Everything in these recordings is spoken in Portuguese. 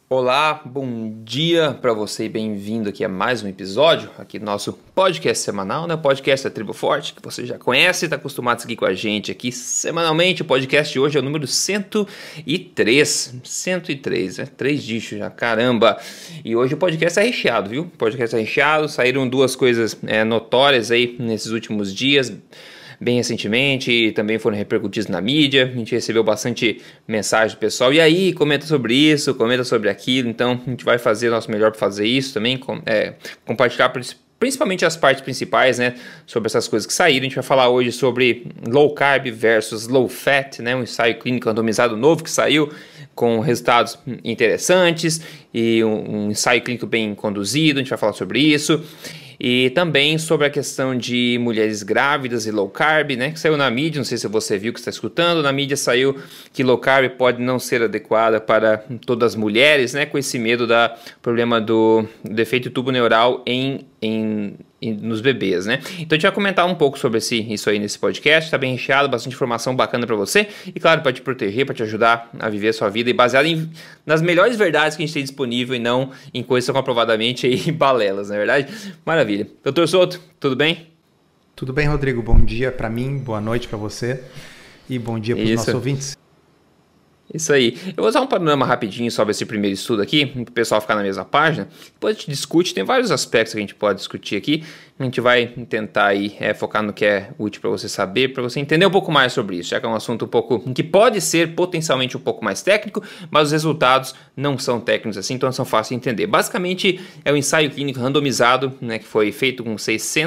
Olá, bom dia para você e bem-vindo aqui a mais um episódio aqui do nosso podcast semanal, né? Podcast da Tribo Forte, que você já conhece e está acostumado a seguir com a gente aqui semanalmente. O podcast de hoje é o número 103, 103, né? 3 dígitos já, caramba! E hoje o podcast é recheado, viu? O podcast é recheado, saíram duas coisas notórias aí nesses últimos dias, bem recentemente, e também foram repercutidos na mídia. A gente recebeu bastante mensagem do pessoal, e aí, comenta sobre isso, comenta sobre aquilo. Então a gente vai fazer o nosso melhor para fazer isso também, compartilhar principalmente as partes principais, né, sobre essas coisas que saíram. A gente vai falar hoje sobre low carb versus low fat, né, um ensaio clínico randomizado novo que saiu com resultados interessantes e um ensaio clínico bem conduzido. A gente vai falar sobre isso. E também sobre a questão de mulheres grávidas e low carb, né, que saiu na mídia. Não sei se você viu, que está escutando. Na mídia saiu que low carb pode não ser adequada para todas as mulheres, né, com esse medo do problema do defeito tubo neural nos bebês, né? Então a gente vai comentar um pouco sobre isso aí nesse podcast. Tá bem recheado, bastante informação bacana para você e, claro, para te proteger, para te ajudar a viver a sua vida e baseado nas melhores verdades que a gente tem disponível e não em coisas que são comprovadamente aí balelas, não é verdade? Maravilha. Doutor Souto, tudo bem? Tudo bem, Rodrigo. Bom dia para mim, boa noite para você e bom dia para os nossos ouvintes. Isso aí. Eu vou usar um panorama rapidinho sobre esse primeiro estudo aqui, para o pessoal ficar na mesma página. Depois a gente discute, tem vários aspectos que a gente pode discutir aqui. A gente vai tentar aí, focar no que é útil para você saber, para você entender um pouco mais sobre isso, já que é um assunto um pouco que pode ser potencialmente um pouco mais técnico, mas os resultados não são técnicos assim, então são fáceis de entender. Basicamente é um ensaio clínico randomizado, né, que foi feito com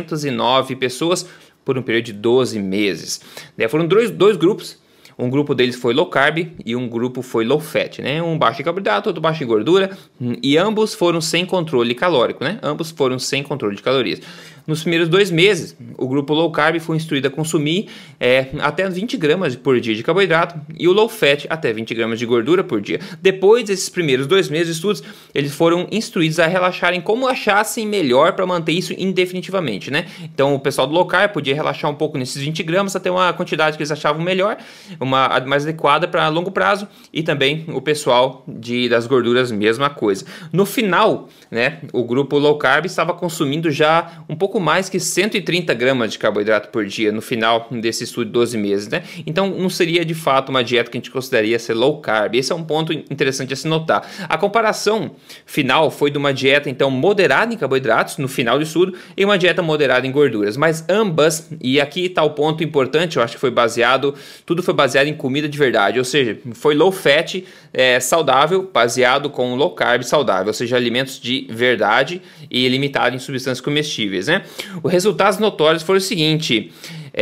609 pessoas por um período de 12 meses. Foram dois grupos. Um grupo deles foi low carb e um grupo foi low fat, né? Um baixo em carboidrato, outro baixo em gordura, e ambos foram sem controle calórico, né? Ambos foram sem controle de calorias. Nos primeiros 2 meses, o grupo low carb foi instruído a consumir até 20 gramas por dia de carboidrato e o low fat até 20 gramas de gordura por dia. Depois desses primeiros 2 meses de estudos, eles foram instruídos a relaxarem como achassem melhor para manter isso indefinitivamente, né? Então o pessoal do low carb podia relaxar um pouco nesses 20 gramas até uma quantidade que eles achavam melhor, uma mais adequada para longo prazo, e também o pessoal das gorduras, mesma coisa. No final, né, o grupo low carb estava consumindo já um pouco mais que 130 gramas de carboidrato por dia no final desse estudo de 12 meses, né? Então não seria de fato uma dieta que a gente consideraria ser low carb. Esse é um ponto interessante a se notar. A comparação final foi de uma dieta então moderada em carboidratos no final do estudo e uma dieta moderada em gorduras, mas ambas, e aqui está o ponto importante, eu acho que tudo foi baseado em comida de verdade, ou seja, foi low fat saudável, baseado com low carb saudável, ou seja, alimentos de verdade e limitado em substâncias comestíveis, né? Os resultados notórios foram o seguinte: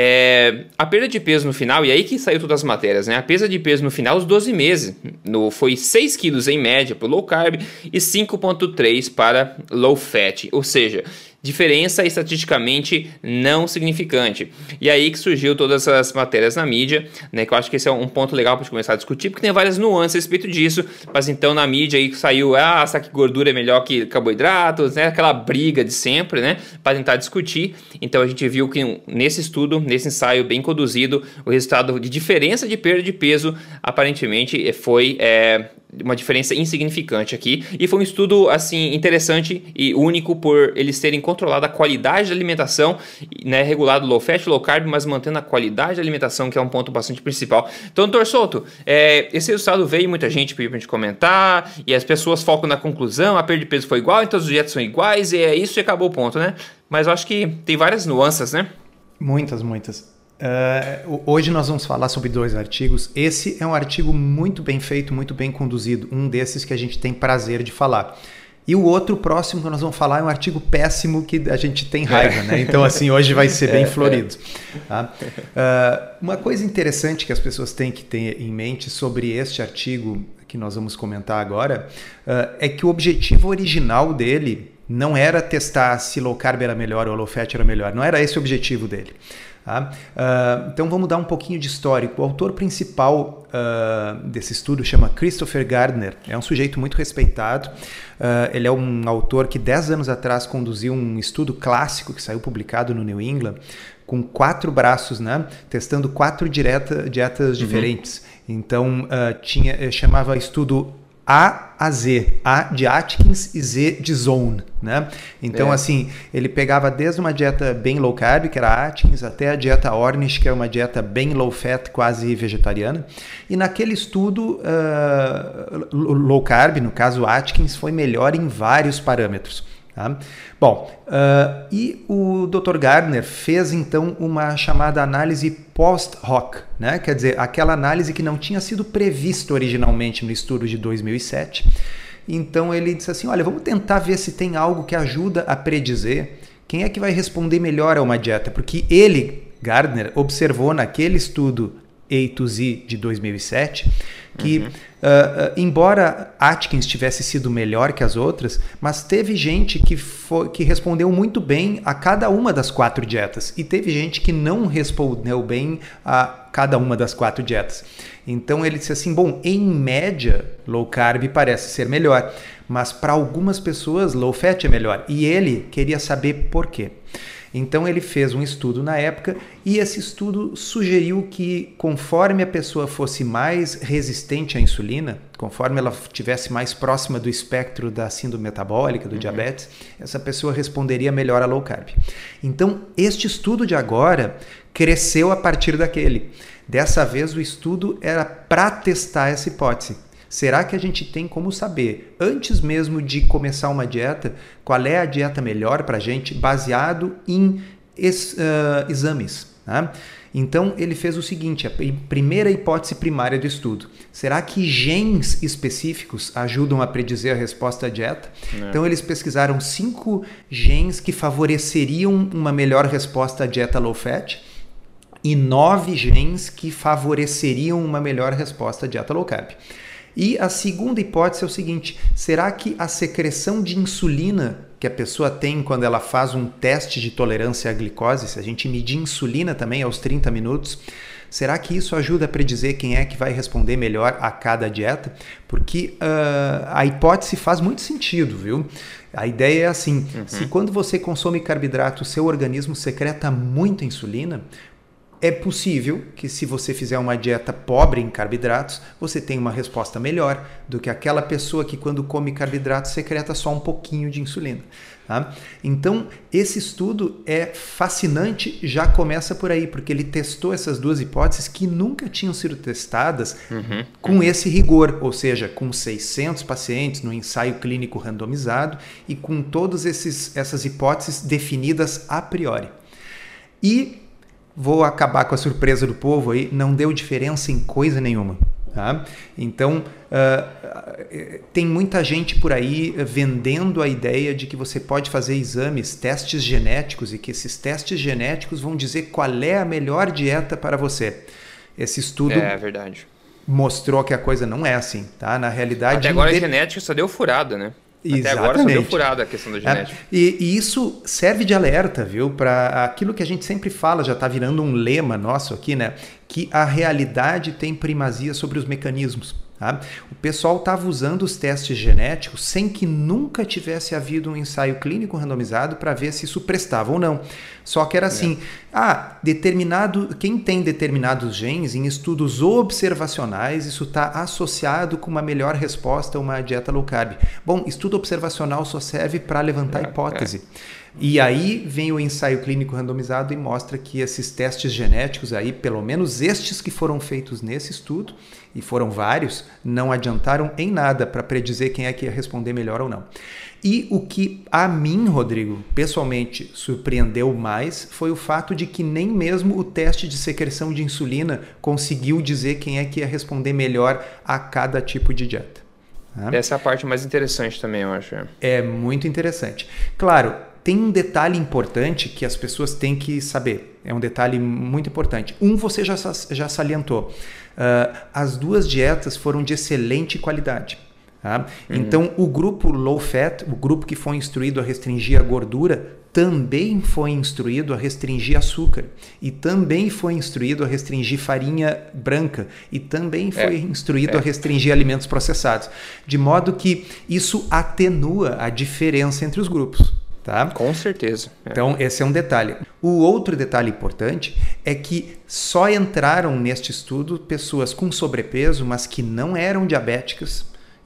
a perda de peso no final, e aí que saiu todas as matérias, né? A perda de peso no final, os 12 meses, foi 6 quilos em média para low carb e 5,3 para low fat, ou seja, diferença estatisticamente não significante. E aí que surgiu todas as matérias na mídia, né, que eu acho que esse é um ponto legal para gente começar a discutir, porque tem várias nuances a respeito disso, mas então na mídia aí saiu, será que gordura é melhor que carboidratos, né, aquela briga de sempre, né, para tentar discutir. Então a gente viu que nesse estudo, nesse ensaio bem conduzido, o resultado de diferença de perda de peso aparentemente foi uma diferença insignificante aqui, e foi um estudo assim interessante e único por eles terem controlado a qualidade da alimentação, né, regulado low fat, low carb, mas mantendo a qualidade da alimentação, que é um ponto bastante principal. Então, doutor Souto, esse resultado veio, muita gente pediu pra gente comentar, e as pessoas focam na conclusão, a perda de peso foi igual, então as dietas são iguais, e é isso e acabou o ponto, né? Mas eu acho que tem várias nuances, né? Muitas. Hoje nós vamos falar sobre 2 artigos. Esse é um artigo muito bem feito, muito bem conduzido, um desses que a gente tem prazer de falar. E o outro próximo que nós vamos falar é um artigo péssimo que a gente tem raiva, né? Então assim, hoje vai ser bem florido. Tá? Uma coisa interessante que as pessoas têm que ter em mente sobre este artigo que nós vamos comentar agora é que o objetivo original dele não era testar se low carb era melhor ou low fat era melhor. Não era esse o objetivo dele. Tá? Então vamos dar um pouquinho de histórico. O autor principal desse estudo chama Christopher Gardner. É um sujeito muito respeitado. Ele é um autor que 10 anos atrás conduziu um estudo clássico que saiu publicado no New England com 4 braços, né? Testando 4 dietas diferentes. Então chamava estudo A a Z, A de Atkins e Z de Zone, né? Então, assim, ele pegava desde uma dieta bem low carb, que era Atkins, até a dieta Ornish, que é uma dieta bem low fat, quase vegetariana. E naquele estudo, low carb, no caso Atkins, foi melhor em vários parâmetros. Tá? Bom, e o Dr. Gardner fez então uma chamada análise post-hoc, né? Quer dizer, aquela análise que não tinha sido prevista originalmente no estudo de 2007. Então ele disse assim, olha, vamos tentar ver se tem algo que ajuda a predizer quem é que vai responder melhor a uma dieta, porque ele, Gardner, observou naquele estudo A to Z de 2007 que, embora Atkins tivesse sido melhor que as outras, mas teve gente que respondeu muito bem a cada uma das 4 dietas e teve gente que não respondeu bem a cada uma das 4 dietas. Então ele disse assim, bom, em média, low carb parece ser melhor, mas para algumas pessoas low fat é melhor. E ele queria saber por quê. Então ele fez um estudo na época e esse estudo sugeriu que conforme a pessoa fosse mais resistente à insulina, conforme ela estivesse mais próxima do espectro da síndrome metabólica, do diabetes, essa pessoa responderia melhor a low carb. Então este estudo de agora cresceu a partir daquele. Dessa vez o estudo era para testar essa hipótese. Será que a gente tem como saber, antes mesmo de começar uma dieta, qual é a dieta melhor para a gente, baseado em exames? Né? Então, ele fez o seguinte, a primeira hipótese primária do estudo. Será que genes específicos ajudam a predizer a resposta à dieta? Não. Então, eles pesquisaram 5 genes que favoreceriam uma melhor resposta à dieta low fat e 9 genes que favoreceriam uma melhor resposta à dieta low carb. E a segunda hipótese é o seguinte, será que a secreção de insulina que a pessoa tem quando ela faz um teste de tolerância à glicose, se a gente medir insulina também aos 30 minutos, será que isso ajuda a predizer quem é que vai responder melhor a cada dieta? Porque a hipótese faz muito sentido, viu? A ideia é assim, se quando você consome carboidrato, o seu organismo secreta muita insulina, é possível que se você fizer uma dieta pobre em carboidratos, você tenha uma resposta melhor do que aquela pessoa que quando come carboidratos secreta só um pouquinho de insulina. Tá? Então, esse estudo é fascinante, já começa por aí, porque ele testou essas 2 hipóteses que nunca tinham sido testadas com esse rigor, ou seja, com 600 pacientes no ensaio clínico randomizado e com todas essas hipóteses definidas a priori. E vou acabar com a surpresa do povo aí, não deu diferença em coisa nenhuma. Tá? Então, tem muita gente por aí vendendo a ideia de que você pode fazer exames, testes genéticos e que esses testes genéticos vão dizer qual é a melhor dieta para você. Esse estudo verdade. Mostrou que a coisa não é assim. Tá? Na realidade, até agora a genética só deu furada, né? Até agora só deu furada a questão da genética. E isso serve de alerta, viu? Para aquilo que a gente sempre fala, já está virando um lema nosso aqui, né? Que a realidade tem primazia sobre os mecanismos. Tá? O pessoal estava usando os testes genéticos sem que nunca tivesse havido um ensaio clínico randomizado para ver se isso prestava ou não. Só que era assim, quem tem determinados genes em estudos observacionais, isso está associado com uma melhor resposta a uma dieta low carb. Bom, estudo observacional só serve para levantar hipótese. E aí vem o ensaio clínico randomizado e mostra que esses testes genéticos aí, pelo menos estes que foram feitos nesse estudo, e foram vários, não adiantaram em nada para predizer quem é que ia responder melhor ou não. E o que a mim, Rodrigo, pessoalmente surpreendeu mais foi o fato de que nem mesmo o teste de secreção de insulina conseguiu dizer quem é que ia responder melhor a cada tipo de dieta. Essa é a parte mais interessante também, eu acho. É muito interessante. Claro, tem um detalhe importante que as pessoas têm que saber. É um detalhe muito importante. Você já salientou. As 2 dietas foram de excelente qualidade. Tá? Então, o grupo low fat, o grupo que foi instruído a restringir a gordura, também foi instruído a restringir açúcar. E também foi instruído a restringir farinha branca. E também foi instruído a restringir alimentos processados. De modo que isso atenua a diferença entre os grupos. Tá? Com certeza. Então, esse é um detalhe. O outro detalhe importante é que só entraram neste estudo pessoas com sobrepeso, mas que não eram diabéticas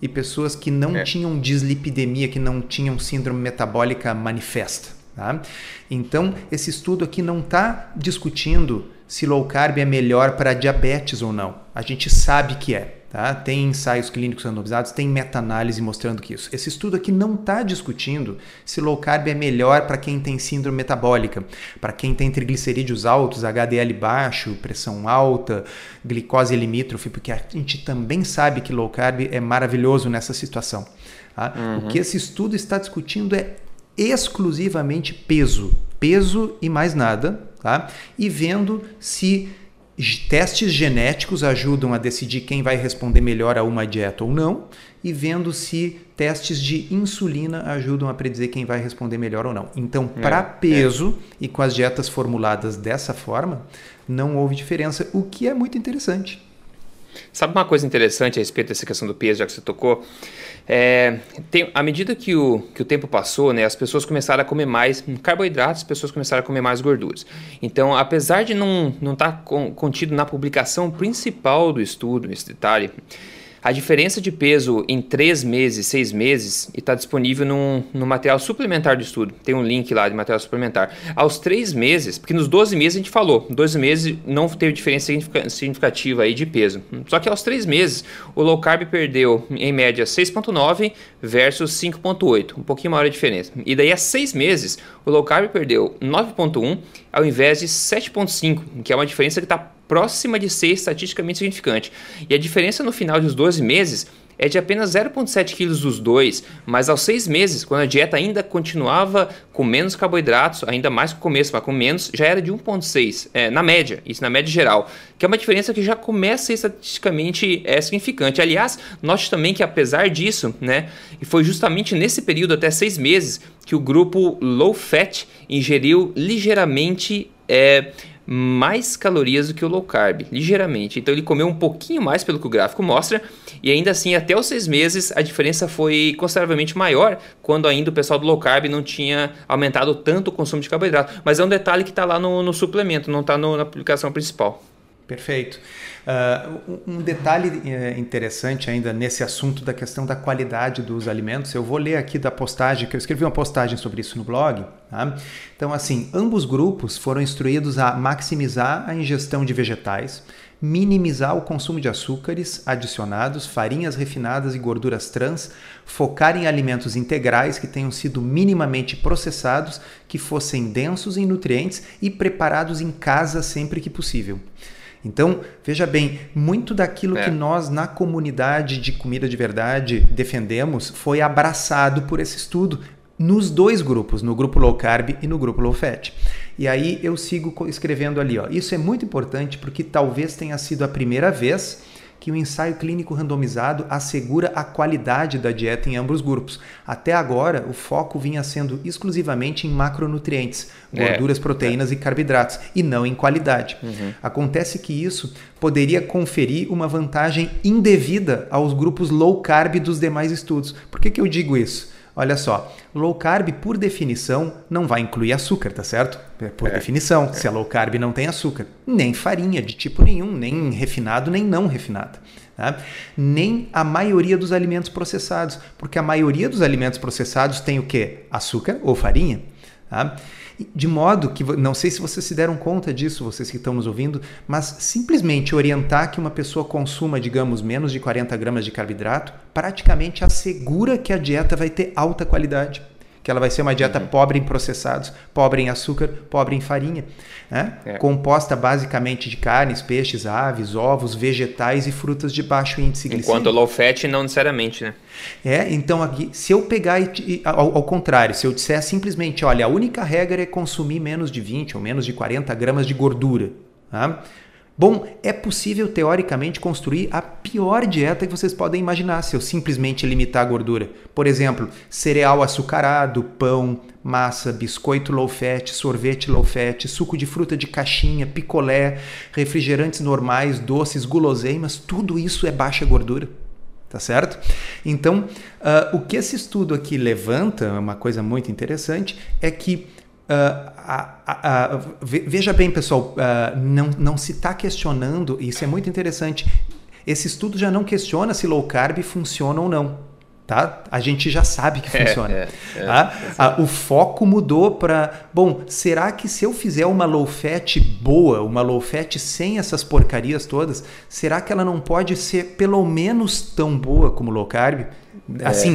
e pessoas que não tinham dislipidemia, que não tinham síndrome metabólica manifesta. Tá? Então, esse estudo aqui não está discutindo se low carb é melhor para diabetes ou não. A gente sabe que é. Tá? Tem ensaios clínicos randomizados, tem meta-análise mostrando que isso. Esse estudo aqui não está discutindo se low carb é melhor para quem tem síndrome metabólica, para quem tem triglicerídeos altos, HDL baixo, pressão alta, glicose limítrofe, porque a gente também sabe que low carb é maravilhoso nessa situação. Tá? O que esse estudo está discutindo é exclusivamente peso e mais nada, tá? E vendo se testes genéticos ajudam a decidir quem vai responder melhor a uma dieta ou não, e vendo se testes de insulina ajudam a predizer quem vai responder melhor ou não. Então, para peso e com as dietas formuladas dessa forma, não houve diferença, o que é muito interessante. Sabe uma coisa interessante a respeito dessa questão do peso, já que você tocou? À medida que o tempo passou, né, as pessoas começaram a comer mais carboidratos, as pessoas começaram a comer mais gorduras. Então, apesar de não estar contido na publicação principal do estudo, esse detalhe, a diferença de peso em 3 meses, 6 meses, está disponível no material suplementar do estudo. Tem um link lá de material suplementar. Aos 3 meses, porque nos 12 meses a gente falou, 12 meses não teve diferença significativa aí de peso. Só que aos 3 meses, o low carb perdeu em média 6,9 versus 5,8, um pouquinho maior a diferença. E daí a 6 meses, o low carb perdeu 9,1 ao invés de 7,5, que é uma diferença que está próxima de ser estatisticamente significante. E a diferença no final dos 12 meses é de apenas 0,7 kg dos dois, mas aos 6 meses, quando a dieta ainda continuava com menos carboidratos, ainda mais que o começo, mas com menos, já era de 1,6, na média, isso na média geral, que é uma diferença que já começa a ser estatisticamente significante. Aliás, note também que apesar disso, né, e foi justamente nesse período, até 6 meses, que o grupo low fat ingeriu ligeiramente mais calorias do que o low carb, ligeiramente. Então ele comeu um pouquinho mais pelo que o gráfico mostra, e ainda assim até os 6 meses a diferença foi consideravelmente maior, quando ainda o pessoal do low carb não tinha aumentado tanto o consumo de carboidrato. Mas é um detalhe que está lá no suplemento, não está na publicação principal. Perfeito. Um detalhe interessante ainda nesse assunto da questão da qualidade dos alimentos, eu vou ler aqui da postagem, que eu escrevi uma postagem sobre isso no blog. Tá? Então, assim, ambos grupos foram instruídos a maximizar a ingestão de vegetais, minimizar o consumo de açúcares adicionados, farinhas refinadas e gorduras trans, focar em alimentos integrais que tenham sido minimamente processados, que fossem densos em nutrientes e preparados em casa sempre que possível. Então, veja bem, muito daquilo que nós na comunidade de comida de verdade defendemos foi abraçado por esse estudo nos dois grupos, no grupo low carb e no grupo low fat. E aí eu sigo escrevendo ali, ó. Isso é muito importante porque talvez tenha sido a primeira vez que o ensaio clínico randomizado assegura a qualidade da dieta em ambos os grupos. Até agora, o foco vinha sendo exclusivamente em macronutrientes, gorduras, proteínas e carboidratos, e não em qualidade. Acontece que isso poderia conferir uma vantagem indevida aos grupos low carb dos demais estudos. Por que eu digo isso? Olha só, low carb, por definição, não vai incluir açúcar, tá certo? Por definição, se é low carb não tem açúcar, nem farinha de tipo nenhum, nem refinado, nem não refinado. Tá? Nem a maioria dos alimentos processados, porque a maioria dos alimentos processados tem o quê? Açúcar ou farinha. Tá? De modo que, não sei se vocês se deram conta disso, vocês que estão nos ouvindo, mas simplesmente orientar que uma pessoa consuma, digamos, menos de 40 gramas de carboidrato, praticamente assegura que a dieta vai ter alta qualidade, que ela vai ser uma dieta pobre em processados, pobre em açúcar, pobre em farinha, né? Composta basicamente de carnes, peixes, aves, ovos, vegetais e frutas de baixo índice glicêmico. Enquanto low fat não necessariamente, né? Então aqui, se eu pegar ao contrário, se eu disser simplesmente, olha, a única regra é consumir menos de 20 ou menos de 40 gramas de gordura, tá? Bom, é possível teoricamente construir a pior dieta que vocês podem imaginar se eu simplesmente limitar a gordura. Por exemplo, cereal açucarado, pão, massa, biscoito low fat, sorvete low fat, suco de fruta de caixinha, picolé, refrigerantes normais, doces, guloseimas, tudo isso é baixa gordura. Tá certo? Então, o que esse estudo aqui levanta, uma coisa muito interessante, é que veja bem, pessoal, não se está questionando, isso é muito interessante, Esse estudo já não questiona se low carb funciona ou não. Tá? A gente já sabe que funciona. O foco mudou para, bom, será que se eu fizer uma low fat boa, uma low fat sem essas porcarias todas, será que ela não pode ser pelo menos tão boa como low carb? Assim,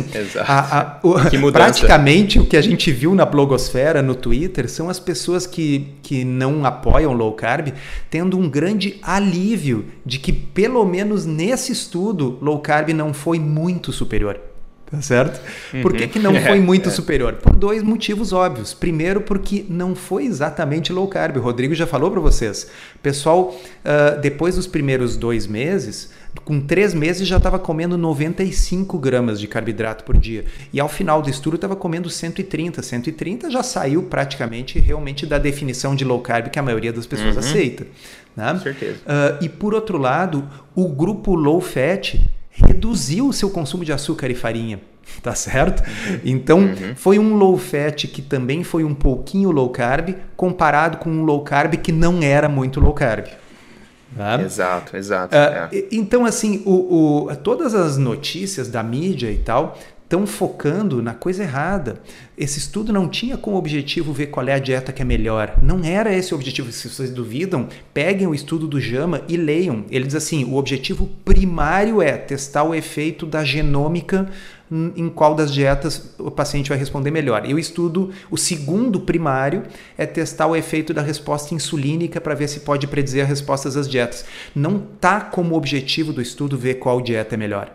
praticamente o que a gente viu na blogosfera, no Twitter, são as pessoas que não apoiam low carb tendo um grande alívio de que pelo menos nesse estudo low carb não foi muito superior. Tá certo? Por que não foi muito superior? Por dois motivos óbvios. Primeiro, porque não foi exatamente low carb. O Rodrigo já falou para vocês. Pessoal, depois dos primeiros 2 meses, com 3 meses já estava comendo 95 gramas de carboidrato por dia. E ao final do estudo estava comendo 130. 130 já saiu praticamente realmente da definição de low carb que a maioria das pessoas aceita. Né? Com certeza. E por outro lado, o grupo low fat reduziu o seu consumo de açúcar e farinha, tá certo? Então, foi um low fat que também foi um pouquinho low carb, comparado com um low carb que não era muito low carb. Tá? Exato. Então, assim, todas as notícias da mídia e tal estão focando na coisa errada. Esse estudo não tinha como objetivo ver qual é a dieta que é melhor. Não era esse o objetivo. Se vocês duvidam, peguem o estudo do JAMA e leiam. Ele diz assim, o objetivo primário é testar o efeito da genômica em qual das dietas o paciente vai responder melhor. E o segundo primário é testar o efeito da resposta insulínica para ver se pode predizer as respostas às dietas. Não está como objetivo do estudo ver qual dieta é melhor.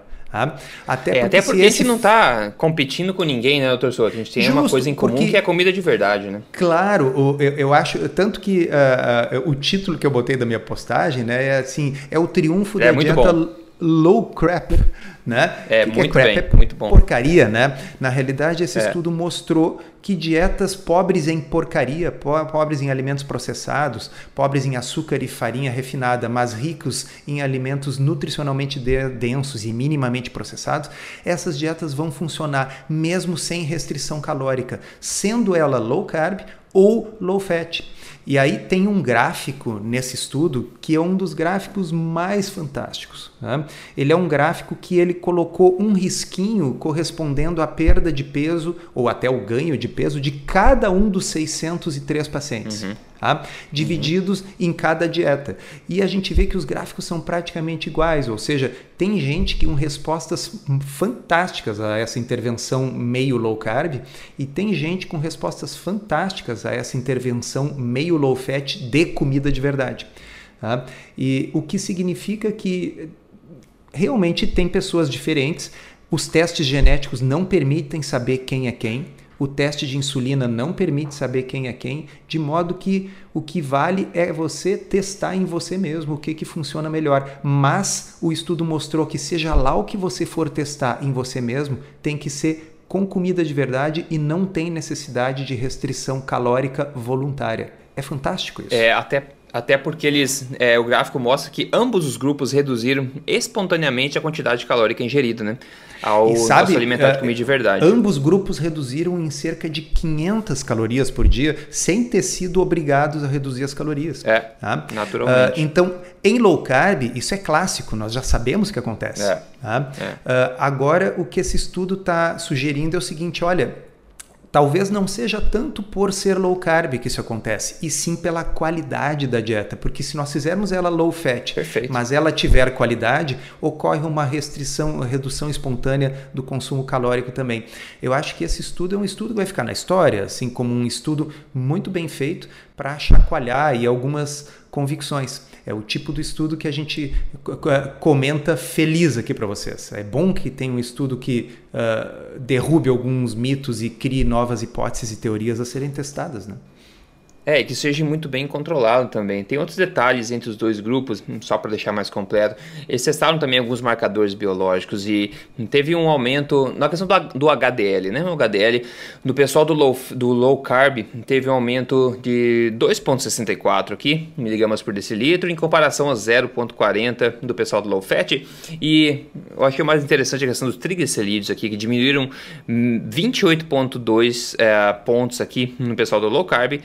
Até porque a gente não está competindo com ninguém, né, doutor Souto? A gente tem uma coisa em comum que é a comida de verdade, né? Claro, eu acho, tanto que o título que eu botei da minha postagem, né, é assim, é o triunfo da dieta low crap, né? Muito bom. Porcaria, né? Na realidade, esse estudo mostrou que dietas pobres em porcaria, pobres em alimentos processados, pobres em açúcar e farinha refinada, mas ricos em alimentos nutricionalmente densos e minimamente processados, essas dietas vão funcionar mesmo sem restrição calórica, sendo ela low carb ou low fat. E aí tem um gráfico nesse estudo que é um dos gráficos mais fantásticos. Né? Ele é um gráfico que ele colocou um risquinho correspondendo à perda de peso ou até o ganho de peso de cada um dos 603 pacientes. Divididos em cada dieta. E a gente vê que os gráficos são praticamente iguais, ou seja, tem gente que com respostas fantásticas a essa intervenção meio low carb e tem gente com respostas fantásticas a essa intervenção meio low fat de comida de verdade. E o que significa que realmente tem pessoas diferentes, os testes genéticos não permitem saber quem é quem, o teste de insulina não permite saber quem é quem, de modo que o que vale é você testar em você mesmo o que funciona melhor. Mas o estudo mostrou que seja lá o que você for testar em você mesmo, tem que ser com comida de verdade e não tem necessidade de restrição calórica voluntária. É fantástico isso. Até porque o gráfico mostra que ambos os grupos reduziram espontaneamente a quantidade calórica ingerida, né? Ao se alimentar de comida de verdade. Ambos grupos reduziram em cerca de 500 calorias por dia, sem ter sido obrigados a reduzir as calorias. Naturalmente. Então, em low carb, isso é clássico, nós já sabemos o que acontece. Agora, o que esse estudo está sugerindo é o seguinte, olha, talvez não seja tanto por ser low carb que isso acontece, e sim pela qualidade da dieta. Porque se nós fizermos ela low fat, mas ela tiver qualidade, ocorre uma redução espontânea do consumo calórico também. Eu acho que esse estudo é um estudo que vai ficar na história, assim como um estudo muito bem feito para chacoalhar e algumas convicções. É o tipo do estudo que a gente comenta feliz aqui para vocês. É bom que tenha um estudo que derrube alguns mitos e crie novas hipóteses e teorias a serem testadas, né? E que seja muito bem controlado também. Tem outros detalhes entre os dois grupos, só para deixar mais completo. Eles testaram também alguns marcadores biológicos e teve um aumento na questão do HDL, né? O HDL do pessoal do low carb teve um aumento de 2,64 aqui, miligramas por decilitro, em comparação a 0,40 do pessoal do low fat. E eu acho que o mais interessante é a questão dos triglicerídeos aqui, que diminuíram 28,2 pontos aqui no pessoal do low carb e a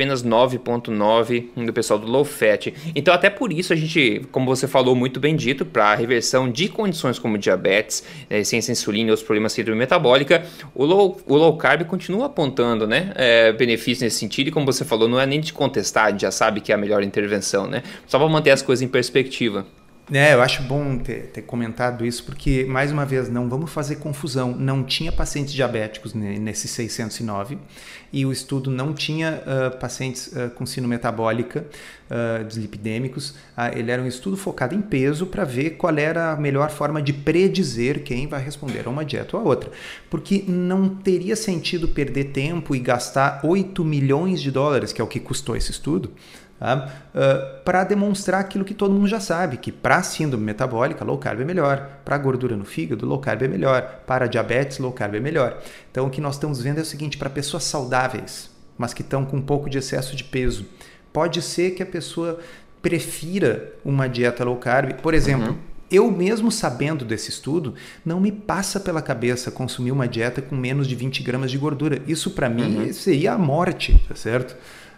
apenas 9,9 do pessoal do low fat. Então até por isso a gente, como você falou, muito bem dito, para a reversão de condições como diabetes, resistência à insulina e outros problemas de síndrome metabólica, o low carb continua apontando, né, benefícios nesse sentido, e como você falou, não é nem de contestar, a gente já sabe que é a melhor intervenção, né? Só para manter as coisas em perspectiva. Eu acho bom ter comentado isso, porque, mais uma vez, não vamos fazer confusão. Não tinha pacientes diabéticos nesse 609 e o estudo não tinha pacientes com síndrome metabólica, dislipidêmicos. Ele era um estudo focado em peso para ver qual era a melhor forma de predizer quem vai responder a uma dieta ou a outra. Porque não teria sentido perder tempo e gastar 8 milhões de dólares, que é o que custou esse estudo, para demonstrar aquilo que todo mundo já sabe, que para síndrome metabólica, low carb é melhor, para gordura no fígado, low carb é melhor, para diabetes, low carb é melhor. Então, o que nós estamos vendo é o seguinte: para pessoas saudáveis, mas que estão com um pouco de excesso de peso, pode ser que a pessoa prefira uma dieta low carb. Por exemplo, eu mesmo sabendo desse estudo, não me passa pela cabeça consumir uma dieta com menos de 20 gramas de gordura. Isso para mim seria a morte, tá certo?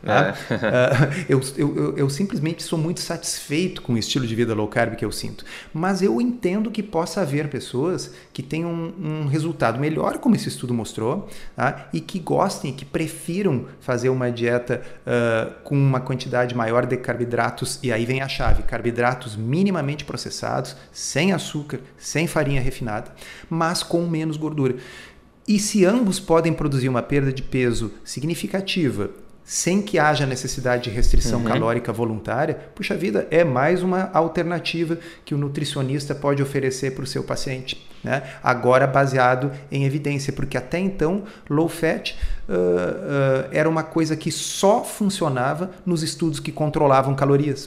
Eu simplesmente sou muito satisfeito com o estilo de vida low carb que eu sinto, mas eu entendo que possa haver pessoas que tenham um resultado melhor, como esse estudo mostrou, e que gostem, que prefiram fazer uma dieta com uma quantidade maior de carboidratos, e aí vem a chave: carboidratos minimamente processados, sem açúcar, sem farinha refinada, mas com menos gordura. E se ambos podem produzir uma perda de peso significativa sem que haja necessidade de restrição calórica voluntária, puxa vida, é mais uma alternativa que o nutricionista pode oferecer para o seu paciente, né? Agora baseado em evidência, porque até então low fat era uma coisa que só funcionava nos estudos que controlavam calorias.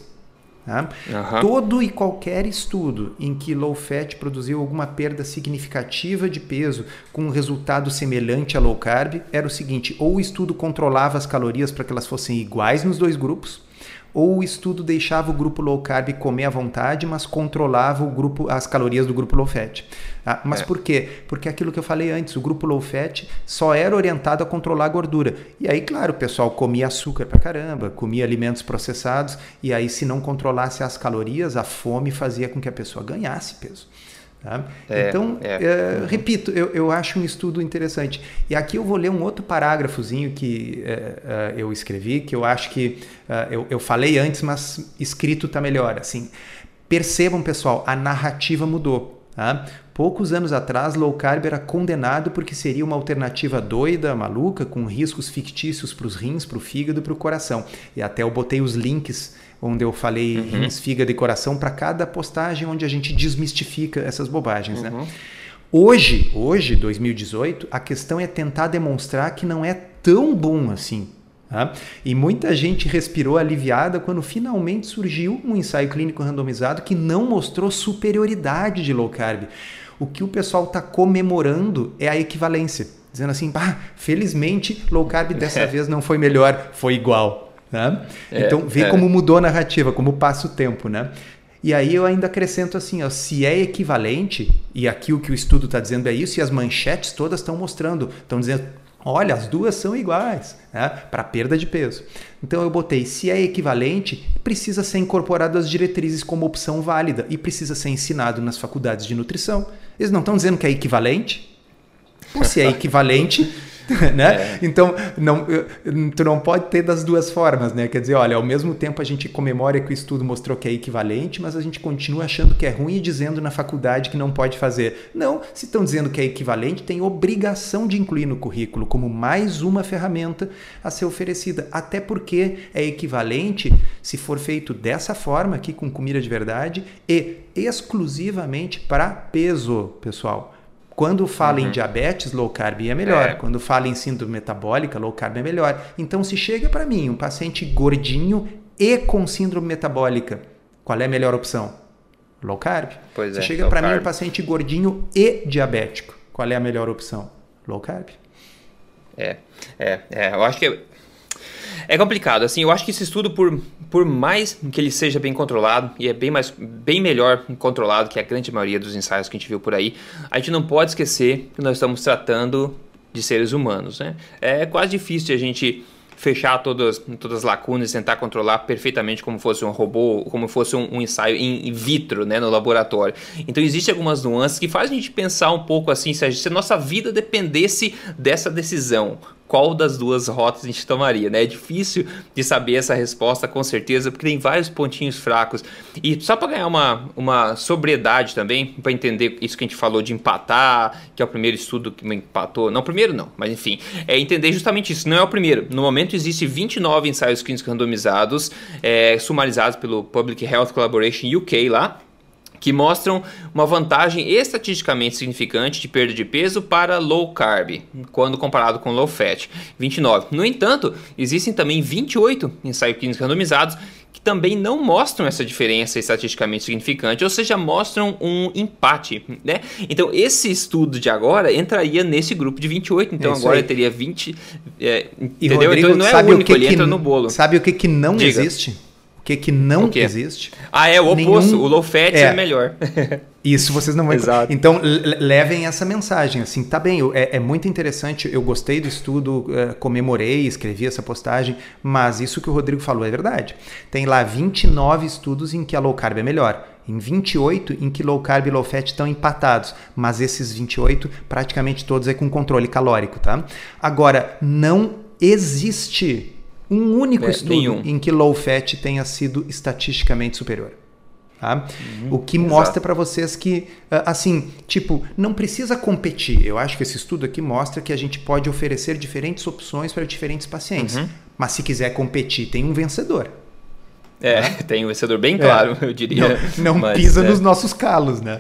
Todo e qualquer estudo em que low fat produziu alguma perda significativa de peso com um resultado semelhante a low carb era o seguinte: ou o estudo controlava as calorias para que elas fossem iguais nos dois grupos, ou o estudo deixava o grupo low carb comer à vontade, mas controlava as calorias do grupo low fat. Mas por quê? Porque aquilo que eu falei antes, o grupo low fat só era orientado a controlar a gordura. E aí, claro, o pessoal comia açúcar pra caramba, comia alimentos processados, e aí se não controlasse as calorias, a fome fazia com que a pessoa ganhasse peso. Então, repito, eu acho um estudo interessante. E aqui eu vou ler um outro parágrafozinho que eu escrevi, que eu acho que eu falei antes, mas escrito está melhor. Assim, percebam, pessoal, a narrativa mudou. Poucos anos atrás, low carb era condenado porque seria uma alternativa doida, maluca, com riscos fictícios para os rins, para o fígado e para o coração. E até eu botei os links onde eu falei rins, fígado e coração para cada postagem onde a gente desmistifica essas bobagens. Né? Hoje, 2018, a questão é tentar demonstrar que não é tão bom assim. E muita gente respirou aliviada quando finalmente surgiu um ensaio clínico randomizado que não mostrou superioridade de low carb. O que o pessoal está comemorando é a equivalência, dizendo assim: felizmente low carb dessa vez não foi melhor, foi igual. Então vê como mudou a narrativa, como passa o tempo, né? E aí eu ainda acrescento assim, se é equivalente, e aqui o que o estudo está dizendo é isso, e as manchetes todas estão mostrando, estão dizendo: olha, as duas são iguais, né, para perda de peso. Então eu botei: se é equivalente, precisa ser incorporado às diretrizes como opção válida e precisa ser ensinado nas faculdades de nutrição. Eles não estão dizendo que é equivalente? Ou se é equivalente, né? Então, tu não pode ter das duas formas, né? Quer dizer, olha, ao mesmo tempo a gente comemora que o estudo mostrou que é equivalente, mas a gente continua achando que é ruim e dizendo na faculdade que não pode fazer. Não, se estão dizendo que é equivalente, tem obrigação de incluir no currículo como mais uma ferramenta a ser oferecida. Até porque é equivalente se for feito dessa forma aqui, com comida de verdade e exclusivamente para peso, pessoal. Quando fala em diabetes, low carb é melhor. Quando fala em síndrome metabólica, low carb é melhor. Então, se chega para mim um paciente gordinho e com síndrome metabólica, qual é a melhor opção? Low carb. Se chega para mim um paciente gordinho e diabético, qual é a melhor opção? Low carb. Eu acho que é complicado. Assim, eu acho que esse estudo, por mais que ele seja bem controlado, e é bem melhor controlado que a grande maioria dos ensaios que a gente viu por aí, a gente não pode esquecer que nós estamos tratando de seres humanos, né? É quase difícil a gente fechar todas as lacunas e tentar controlar perfeitamente como fosse um robô, como fosse um ensaio in vitro, né, no laboratório. Então existem algumas nuances que fazem a gente pensar um pouco assim, se a nossa vida dependesse dessa decisão, qual das duas rotas a gente tomaria, né? É difícil de saber essa resposta com certeza, porque tem vários pontinhos fracos. E só para ganhar uma sobriedade também, para entender isso que a gente falou de empatar, que é o primeiro estudo que empatou. Não, o primeiro não, mas enfim, é entender justamente isso. Não é o primeiro. No momento existe 29 ensaios clínicos randomizados, sumarizados pelo Public Health Collaboration UK lá, que mostram uma vantagem estatisticamente significante de perda de peso para low carb, quando comparado com low fat, 29. No entanto, existem também 28 ensaios clínicos randomizados que também não mostram essa diferença estatisticamente significante, ou seja, mostram um empate, né? Então, esse estudo de agora entraria nesse grupo de 28, então agora teria 20, entendeu? Rodrigo, então, não é o único, ele entra no bolo. Sabe o que não existe? Que não existe. É o oposto. O low fat é melhor. Isso vocês não vão... Exato. Então, levem essa mensagem. Assim, tá bem, é muito interessante. Eu gostei do estudo, comemorei, escrevi essa postagem, mas isso que o Rodrigo falou é verdade. Tem lá 29 estudos em que a low carb é melhor. Em 28 em que low carb e low fat estão empatados. Mas esses 28, praticamente todos é com controle calórico, tá? Agora, não existe um único estudo em que low fat tenha sido estatisticamente superior. Tá? O que mostra para vocês que, assim, tipo, não precisa competir. Eu acho que esse estudo aqui mostra que a gente pode oferecer diferentes opções para diferentes pacientes. Mas se quiser competir, tem um vencedor. Tem um vencedor bem claro, eu diria. Não pisa nos nossos calos, né?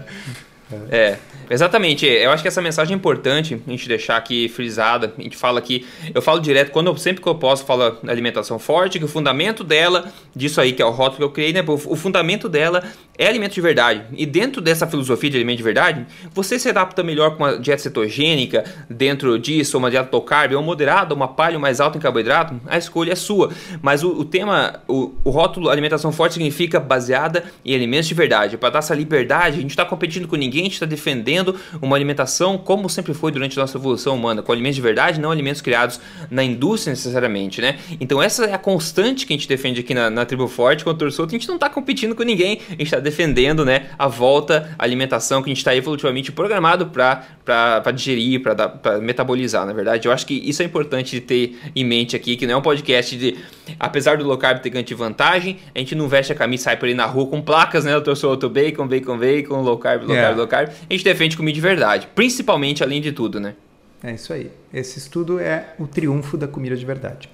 Exatamente. Eu acho que essa mensagem é importante a gente deixar aqui frisada. A gente fala aqui, eu falo direto, sempre que eu posso, falo alimentação forte, que o fundamento dela, disso aí que é o rótulo que eu criei, né? O fundamento dela é alimento de verdade. E dentro dessa filosofia de alimento de verdade, você se adapta melhor com uma dieta cetogênica, dentro disso, uma dieta low carb, ou moderada, uma paleo mais alta em carboidrato, a escolha é sua. Mas o tema, o rótulo alimentação forte significa baseada em alimentos de verdade. Para dar essa liberdade, a gente não está competindo com ninguém, a gente está defendendo uma alimentação como sempre foi durante a nossa evolução humana, com alimentos de verdade, não alimentos criados na indústria necessariamente, né? Então essa é a constante que a gente defende aqui na Tribo Forte, com o Torçoto. A gente não está competindo com ninguém, a gente está defendendo, né, a volta à alimentação que a gente está evolutivamente programado para digerir, para metabolizar, na verdade. Eu acho que isso é importante de ter em mente aqui, que não é um podcast de, apesar do low carb ter grande vantagem, a gente não veste a camisa e sai por aí na rua com placas, né, o Torçoto bacon, low carb, low carb. A gente defende comida de verdade, principalmente além de tudo, né? É isso aí. Esse estudo é o triunfo da comida de verdade.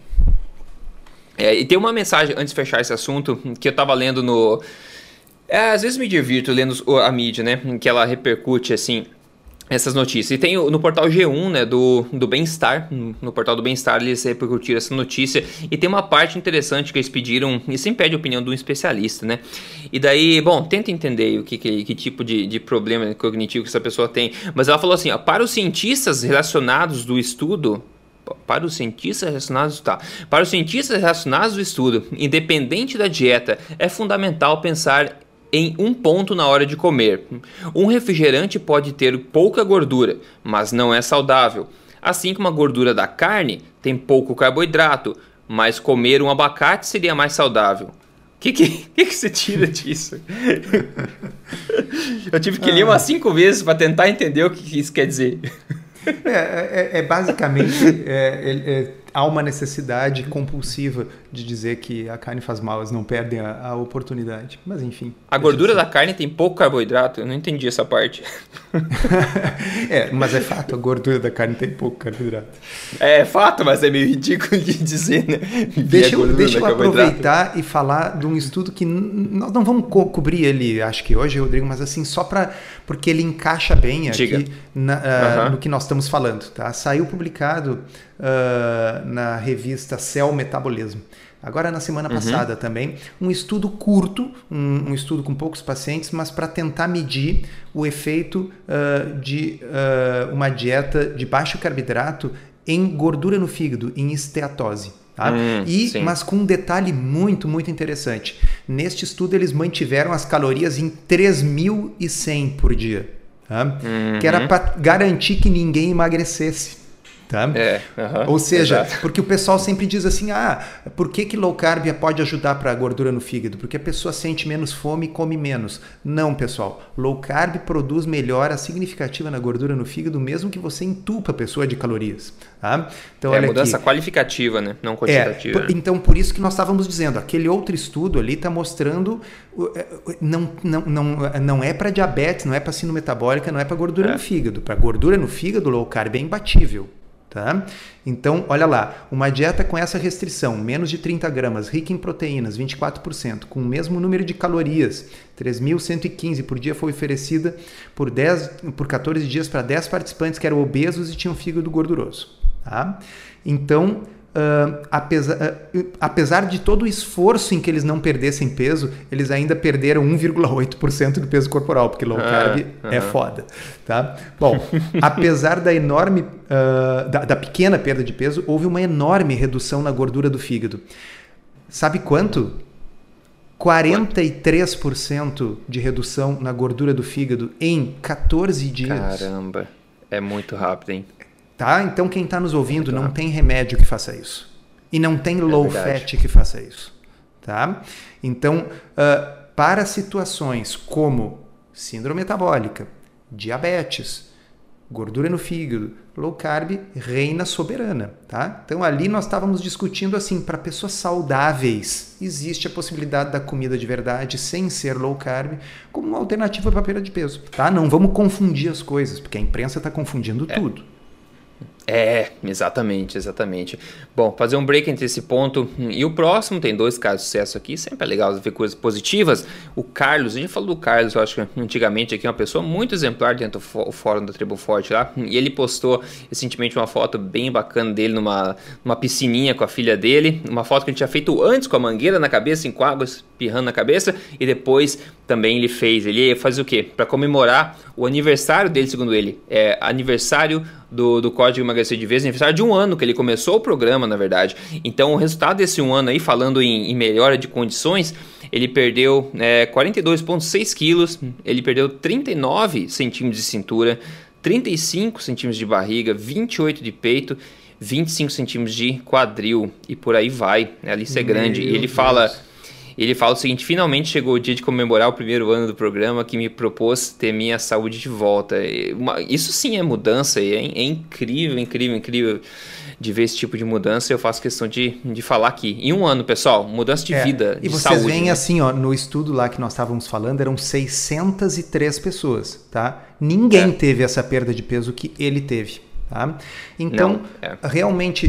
E tem uma mensagem, antes de fechar esse assunto, que eu tava lendo no... às vezes me divirto lendo a mídia, né? Que ela repercute, assim, essas notícias. E tem no portal G1, né, do Bem-Estar, no portal do Bem-Estar eles repercutiram essa notícia, e tem uma parte interessante que eles pediram, e sempre pede a opinião de um especialista, né? E daí, bom, tenta entender o que tipo de problema cognitivo que essa pessoa tem. Mas ela falou assim, ó, para os cientistas relacionados do estudo, independente da dieta, é fundamental pensar em um ponto na hora de comer. Um refrigerante pode ter pouca gordura, mas não é saudável. Assim como a gordura da carne tem pouco carboidrato, mas comer um abacate seria mais saudável. O que você tira disso? Eu tive que ler umas 5 vezes para tentar entender o que isso quer dizer. Basicamente, há uma necessidade compulsiva de dizer que a carne faz mal, eles não perdem a oportunidade. Mas enfim. A gordura da carne tem pouco carboidrato? Eu não entendi essa parte. Mas é fato, a gordura da carne tem pouco carboidrato. É fato, mas é meio ridículo de dizer, né? Deixa eu aproveitar e falar de um estudo que nós não vamos cobrir ele, acho que hoje, Rodrigo, mas assim, só porque ele encaixa bem aqui no que nós estamos falando. Tá? Saiu publicado na revista Cell Metabolism. Agora, na semana passada também, um estudo curto, um estudo com poucos pacientes, mas para tentar medir o efeito de uma dieta de baixo carboidrato em gordura no fígado, em esteatose. Tá? Mas com um detalhe muito, muito interessante. Neste estudo, eles mantiveram as calorias em 3.100 por dia. Tá? Que era para garantir que ninguém emagrecesse. Tá? Aham, Ou seja, exato. porque o pessoal sempre diz assim, por que low carb pode ajudar para a gordura no fígado? Porque a pessoa sente menos fome e come menos. Não, pessoal. Low carb produz melhora significativa na gordura no fígado, mesmo que você entupa a pessoa de calorias. Tá? Então, olha mudança aqui. qualificativa, né? Não quantitativa. Né? Então, por isso que nós estávamos dizendo, aquele outro estudo ali está mostrando, não é para diabetes, não é para síndrome metabólica, não é para gordura no fígado. Para gordura no fígado, low carb é imbatível. Tá? Então, olha lá, uma dieta com essa restrição, menos de 30 gramas, rica em proteínas, 24%, com o mesmo número de calorias, 3.115 por dia, foi oferecida por 14 dias para 10 participantes que eram obesos e tinham fígado gorduroso. Tá? Então, apesar de todo o esforço em que eles não perdessem peso, eles ainda perderam 1,8% do peso corporal, porque low carb é foda. Tá? Bom, apesar da enorme, da pequena perda de peso, houve uma enorme redução na gordura do fígado. Sabe quanto? 43% de redução na gordura do fígado em 14 dias. Caramba, é muito rápido, hein? Tá? Então, quem está nos ouvindo, não tem remédio que faça isso. E não tem low fat que faça isso. Tá? Então, para situações como síndrome metabólica, diabetes, gordura no fígado, low carb reina soberana. Tá? Então, ali nós estávamos discutindo assim, para pessoas saudáveis, existe a possibilidade da comida de verdade sem ser low carb como uma alternativa para a perda de peso. Tá? Não vamos confundir as coisas, porque a imprensa está confundindo tudo. Exatamente. Bom, fazer um break entre esse ponto e o próximo, tem 2 casos de sucesso aqui, sempre é legal ver coisas positivas. O Carlos, a gente falou do Carlos, eu acho que antigamente aqui, uma pessoa muito exemplar dentro do fórum da Tribo Forte lá, e ele postou recentemente uma foto bem bacana dele numa piscininha com a filha dele, uma foto que ele tinha feito antes com a mangueira na cabeça, com água espirrando na cabeça, e depois também ele ia fazer o quê? Para comemorar o aniversário dele, segundo ele, aniversário do Código Emagrecer de Vez, aniversário de 1 ano que ele começou o programa, na verdade. Então, o resultado desse 1 ano aí, falando em melhora de condições, ele perdeu 42,6 quilos, ele perdeu 39 centímetros de cintura, 35 centímetros de barriga, 28 de peito, 25 centímetros de quadril e por aí vai. A lista é grande. E ele fala o seguinte: finalmente chegou o dia de comemorar o primeiro ano do programa que me propôs ter minha saúde de volta. Isso sim é mudança, é incrível de ver esse tipo de mudança. Eu faço questão de falar aqui. Em 1 ano, pessoal, mudança de vida, de saúde. E vocês veem assim, ó, no estudo lá que nós estávamos falando, eram 603 pessoas, tá? Ninguém teve essa perda de peso que ele teve. Tá? Então, realmente,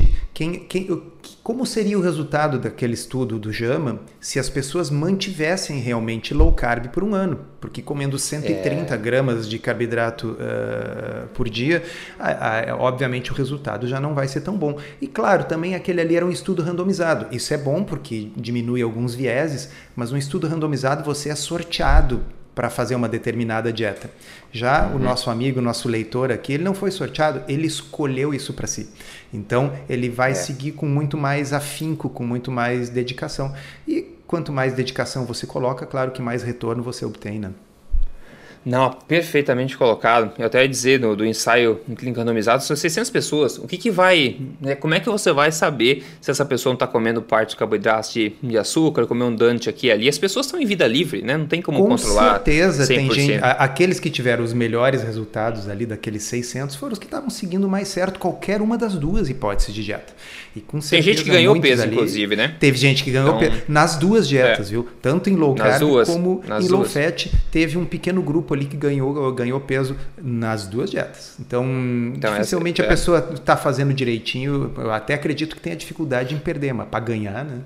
como seria o resultado daquele estudo do JAMA se as pessoas mantivessem realmente low carb por 1 ano? Porque comendo 130 gramas de carboidrato por dia, obviamente o resultado já não vai ser tão bom. E claro, também aquele ali era um estudo randomizado. Isso é bom porque diminui alguns vieses, mas um estudo randomizado você é sorteado para fazer uma determinada dieta. Já o nosso amigo, nosso leitor aqui, ele não foi sorteado, ele escolheu isso para si. Então, ele vai seguir com muito mais afinco, com muito mais dedicação. E quanto mais dedicação você coloca, claro que mais retorno você obtém, né? Não, perfeitamente colocado. Eu até ia dizer do ensaio clínico randomizado, são 600 pessoas. O que vai, como é que você vai saber se essa pessoa não está comendo parte dos carboidratos de açúcar, comer um donut aqui e ali? As pessoas estão em vida livre, né? Não tem como controlar 100%. Com certeza, tem gente, aqueles que tiveram os melhores resultados ali daqueles 600 foram os que estavam seguindo mais certo qualquer uma das 2 hipóteses de dieta. E com certeza, tem gente que ganhou peso, ali, inclusive, né? Teve gente que ganhou peso nas 2 dietas, viu? Tanto em low carb como em low fat. Teve um pequeno grupo ali que ganhou peso nas 2 dietas. Então dificilmente a pessoa está fazendo direitinho. Eu até acredito que tenha dificuldade em perder, mas para ganhar, né?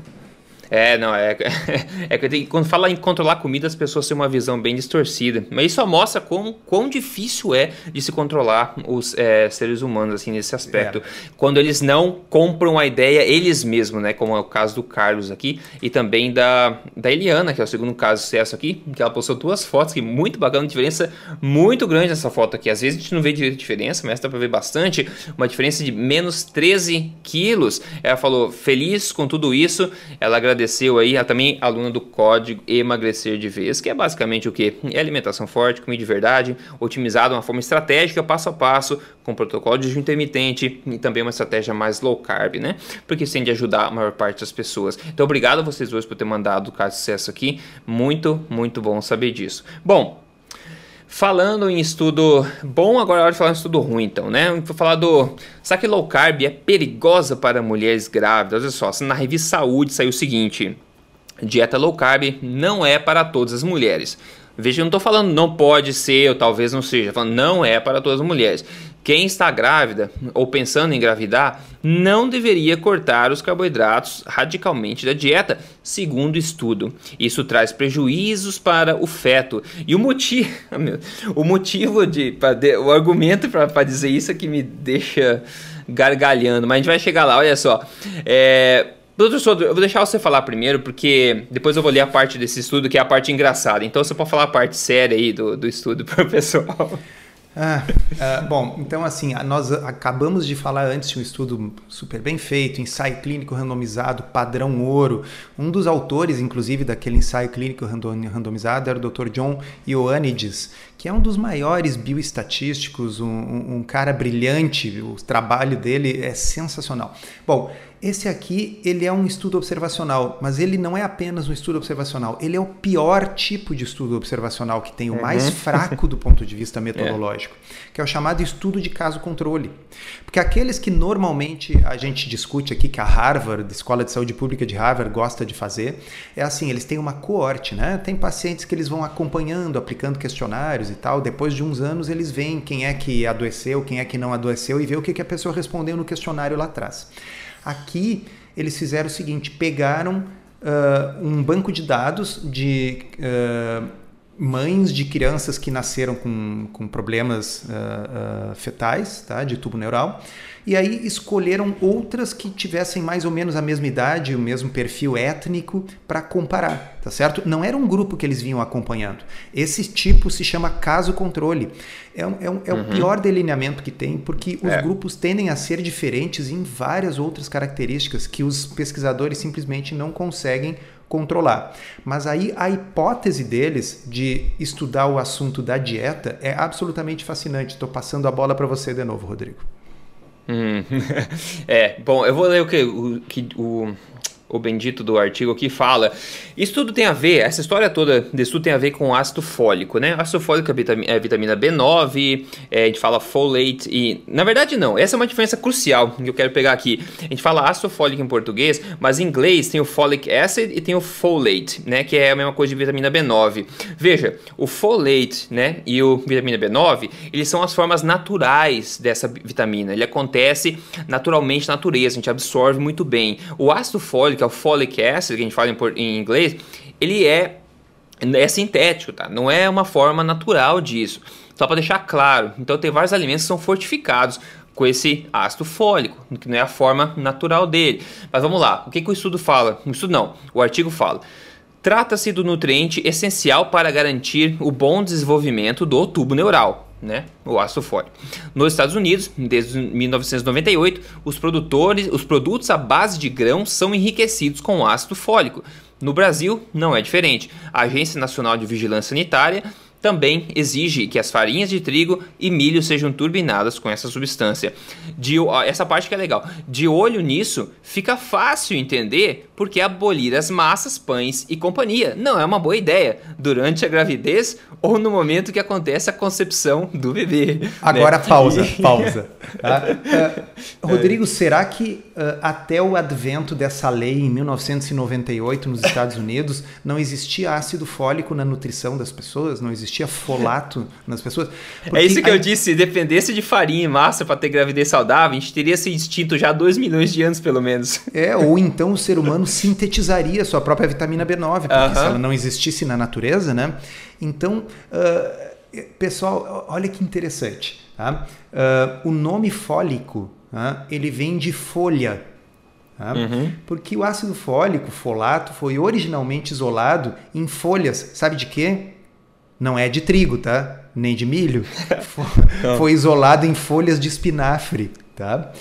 Quando fala em controlar comida, as pessoas têm uma visão bem distorcida. Mas isso só mostra quão difícil é de se controlar os seres humanos, assim, nesse aspecto. Quando eles não compram a ideia eles mesmos, né? Como é o caso do Carlos aqui. E também da Eliana, que é o segundo caso de sucesso aqui. Que ela postou 2 fotos, que muito bacana, diferença muito grande nessa foto aqui. Às vezes a gente não vê direito a diferença, mas dá pra ver bastante. Uma diferença de menos 13 quilos. Ela falou, feliz com tudo isso. Ela agradeceu agradeceu aí, ela também é aluna do Código Emagrecer de Vez, que é basicamente o quê? É alimentação forte, comida de verdade, otimizada de uma forma estratégica, passo a passo, com protocolo de jejum intermitente e também uma estratégia mais low carb, né? Porque isso tem de ajudar a maior parte das pessoas. Então, obrigado a vocês dois por ter mandado o caso de sucesso aqui. Muito, muito bom saber disso. Bom, falando em estudo bom, agora é hora de falar em estudo ruim, então, né? Vou falar será que low carb é perigosa para mulheres grávidas? Olha só, na revista Saúde saiu o seguinte: dieta low carb não é para todas as mulheres. Veja, eu não estou falando não pode ser ou talvez não seja, falando não é para todas as mulheres. Quem está grávida ou pensando em engravidar não deveria cortar os carboidratos radicalmente da dieta, segundo o estudo. Isso traz prejuízos para o feto. E o o argumento para dizer isso é que me deixa gargalhando, mas a gente vai chegar lá, olha só. Professor, eu vou deixar você falar primeiro, porque depois eu vou ler a parte desse estudo, que é a parte engraçada. Então você pode falar a parte séria aí do estudo para o pessoal. Bom, então assim, nós acabamos de falar antes de um estudo super bem feito, ensaio clínico randomizado, padrão ouro. Um dos autores, inclusive, daquele ensaio clínico randomizado era o Dr. John Ioannidis, que é um dos maiores bioestatísticos, um cara brilhante, o trabalho dele é sensacional. Bom, esse aqui, ele é um estudo observacional, mas ele não é apenas um estudo observacional, ele é o pior tipo de estudo observacional que tem, o mais fraco do ponto de vista metodológico, que é o chamado estudo de caso controle. Porque aqueles que normalmente a gente discute aqui, que a Harvard, a Escola de Saúde Pública de Harvard, gosta de fazer, é assim, eles têm uma coorte, né? Tem pacientes que eles vão acompanhando, aplicando questionários e tal, depois de uns anos eles veem quem é que adoeceu, quem é que não adoeceu e vê o que a pessoa respondeu no questionário lá atrás. Aqui, eles fizeram o seguinte, pegaram um banco de dados de mães de crianças que nasceram com problemas fetais, tá, de tubo neural, e aí escolheram outras que tivessem mais ou menos a mesma idade, o mesmo perfil étnico para comparar, tá certo? Não era um grupo que eles vinham acompanhando. Esse tipo se chama caso controle. É o pior delineamento que tem, porque os grupos tendem a ser diferentes em várias outras características que os pesquisadores simplesmente não conseguem controlar. Mas aí a hipótese deles de estudar o assunto da dieta é absolutamente fascinante. Estou passando a bola para você de novo, Rodrigo. Bom, eu vou ler o bendito do artigo aqui fala. Isso tudo tem a ver, essa história toda desse tudo tem a ver com ácido fólico, né? Ácido fólico é vitamina B9, a gente fala folate e... Na verdade não, essa é uma diferença crucial que eu quero pegar aqui. A gente fala ácido fólico em português, mas em inglês tem o folic acid e tem o folate, né? Que é a mesma coisa de vitamina B9. Veja, o folate, né? E o vitamina B9, eles são as formas naturais dessa vitamina. Ele acontece naturalmente na natureza, a gente absorve muito bem. O ácido fólico, que é o folic acid, que a gente fala em inglês, ele é sintético, tá? Não é uma forma natural disso. Só para deixar claro. Então tem vários alimentos que são fortificados com esse ácido fólico, que não é a forma natural dele. Mas vamos lá, o que o estudo fala? O estudo não, o artigo fala. Trata-se do nutriente essencial para garantir o bom desenvolvimento do tubo neural, né? O ácido fólico. Nos Estados Unidos, desde 1998, os produtos à base de grãos são enriquecidos com ácido fólico. No Brasil, não é diferente. A Agência Nacional de Vigilância Sanitária também exige que as farinhas de trigo e milho sejam turbinadas com essa substância. Essa parte que é legal. De olho nisso, fica fácil entender porque abolir as massas, pães e companhia não é uma boa ideia durante a gravidez ou no momento que acontece a concepção do bebê. Agora, né? pausa. Tá? Rodrigo, será que até o advento dessa lei em 1998 nos Estados Unidos não existia ácido fólico na nutrição das pessoas? Não existia folato nas pessoas? Porque é isso que eu disse, se dependesse de farinha e massa para ter gravidez saudável, a gente teria esse instinto já há 2 milhões de anos, pelo menos. Ou então o ser humano sintetizaria sua própria vitamina B9, porque se ela não existisse na natureza, né? Então, pessoal, olha que interessante. Tá? O nome fólico, ele vem de folha. Tá? Porque o ácido fólico, folato, foi originalmente isolado em folhas. Sabe de quê? Não é de trigo, tá? Nem de milho. Foi isolado em folhas de espinafre, tá?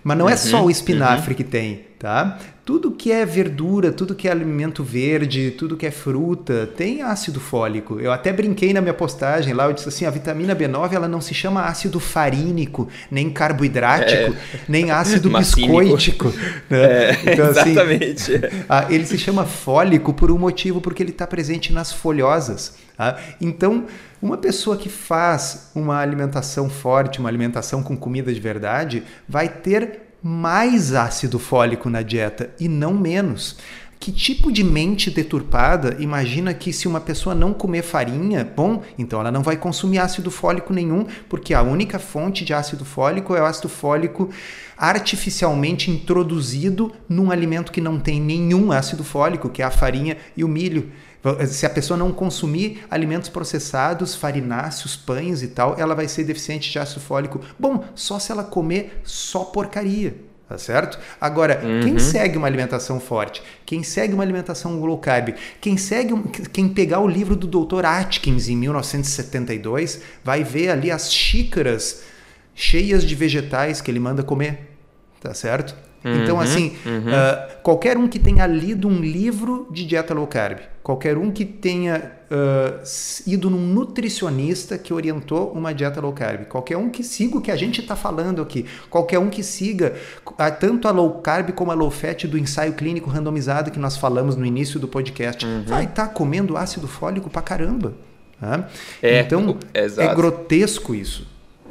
Mas não é só o espinafre que tem, tá? Tudo que é verdura, tudo que é alimento verde, tudo que é fruta, tem ácido fólico. Eu até brinquei na minha postagem lá, eu disse assim, a vitamina B9 ela não se chama ácido farínico, nem carboidrático, nem ácido biscoítico. Né? Então, exatamente. Assim, ele se chama fólico por um motivo, porque ele está presente nas folhosas. Tá? Então, uma pessoa que faz uma alimentação forte, uma alimentação com comida de verdade, vai ter mais ácido fólico na dieta e não menos. Que tipo de mente deturpada imagina que se uma pessoa não comer farinha, bom, então ela não vai consumir ácido fólico nenhum, porque a única fonte de ácido fólico é o ácido fólico artificialmente introduzido num alimento que não tem nenhum ácido fólico, que é a farinha e o milho. Se a pessoa não consumir alimentos processados, farináceos, pães e tal, ela vai ser deficiente de ácido fólico. Bom, só se ela comer só porcaria, tá certo? Agora, quem segue uma alimentação forte, quem segue uma alimentação low carb, quem pegar o livro do Dr. Atkins em 1972, vai ver ali as xícaras cheias de vegetais que ele manda comer, tá certo? Então, assim, qualquer um que tenha lido um livro de dieta low carb, qualquer um que tenha ido num nutricionista que orientou uma dieta low carb, qualquer um que siga o que a gente está falando aqui, qualquer um que siga tanto a low carb como a low fat do ensaio clínico randomizado que nós falamos no início do podcast, vai estar comendo ácido fólico pra caramba. Tá? Então, é grotesco isso.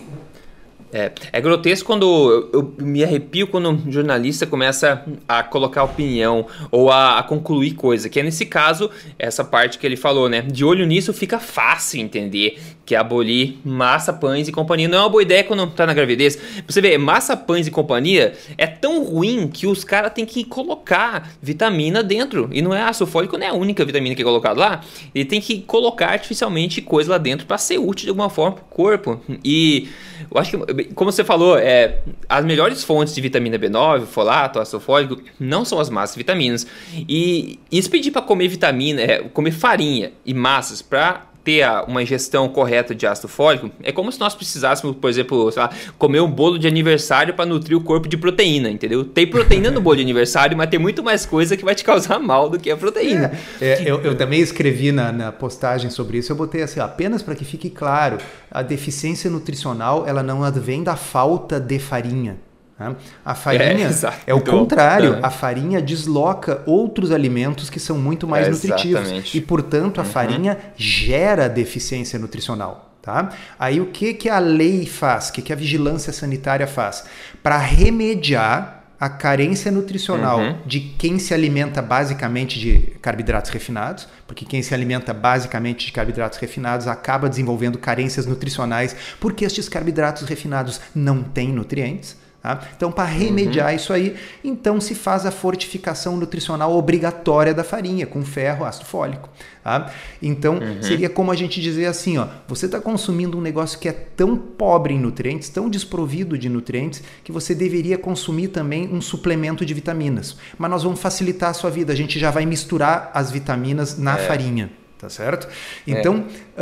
É grotesco quando eu me arrepio quando um jornalista começa a colocar opinião ou a concluir coisa, que é nesse caso, essa parte que ele falou, né? De olho nisso fica fácil entender que abolir massa, pães e companhia não é uma boa ideia quando tá na gravidez. Você vê, massa, pães e companhia é tão ruim que os caras têm que colocar vitamina dentro. E não é ácido fólico, não é a única vitamina que é colocada lá. Ele tem que colocar artificialmente coisa lá dentro para ser útil de alguma forma pro corpo. E eu acho que, como você falou, as melhores fontes de vitamina B9, folato, ácido fólico, não são as massas vitaminas. E se pedir para comer vitamina, comer farinha e massas para ter uma ingestão correta de ácido fólico, é como se nós precisássemos, por exemplo, sei lá, comer um bolo de aniversário para nutrir o corpo de proteína, entendeu? Tem proteína no bolo de aniversário, mas tem muito mais coisa que vai te causar mal do que a proteína. Eu também escrevi na postagem sobre isso, eu botei assim, apenas para que fique claro, a deficiência nutricional ela não advém da falta de farinha. A farinha é o contrário, a farinha desloca outros alimentos que são muito mais nutritivos e, portanto, a farinha gera deficiência nutricional. Tá? Aí o que a lei faz, o que a vigilância sanitária faz? Para remediar a carência nutricional de quem se alimenta basicamente de carboidratos refinados, porque quem se alimenta basicamente de carboidratos refinados acaba desenvolvendo carências nutricionais porque estes carboidratos refinados não têm nutrientes. Tá? Então, para remediar isso aí, então se faz a fortificação nutricional obrigatória da farinha, com ferro, ácido fólico. Tá? Então, seria como a gente dizer assim, ó, você está consumindo um negócio que é tão pobre em nutrientes, tão desprovido de nutrientes, que você deveria consumir também um suplemento de vitaminas. Mas nós vamos facilitar a sua vida, a gente já vai misturar as vitaminas na farinha, tá certo? Então,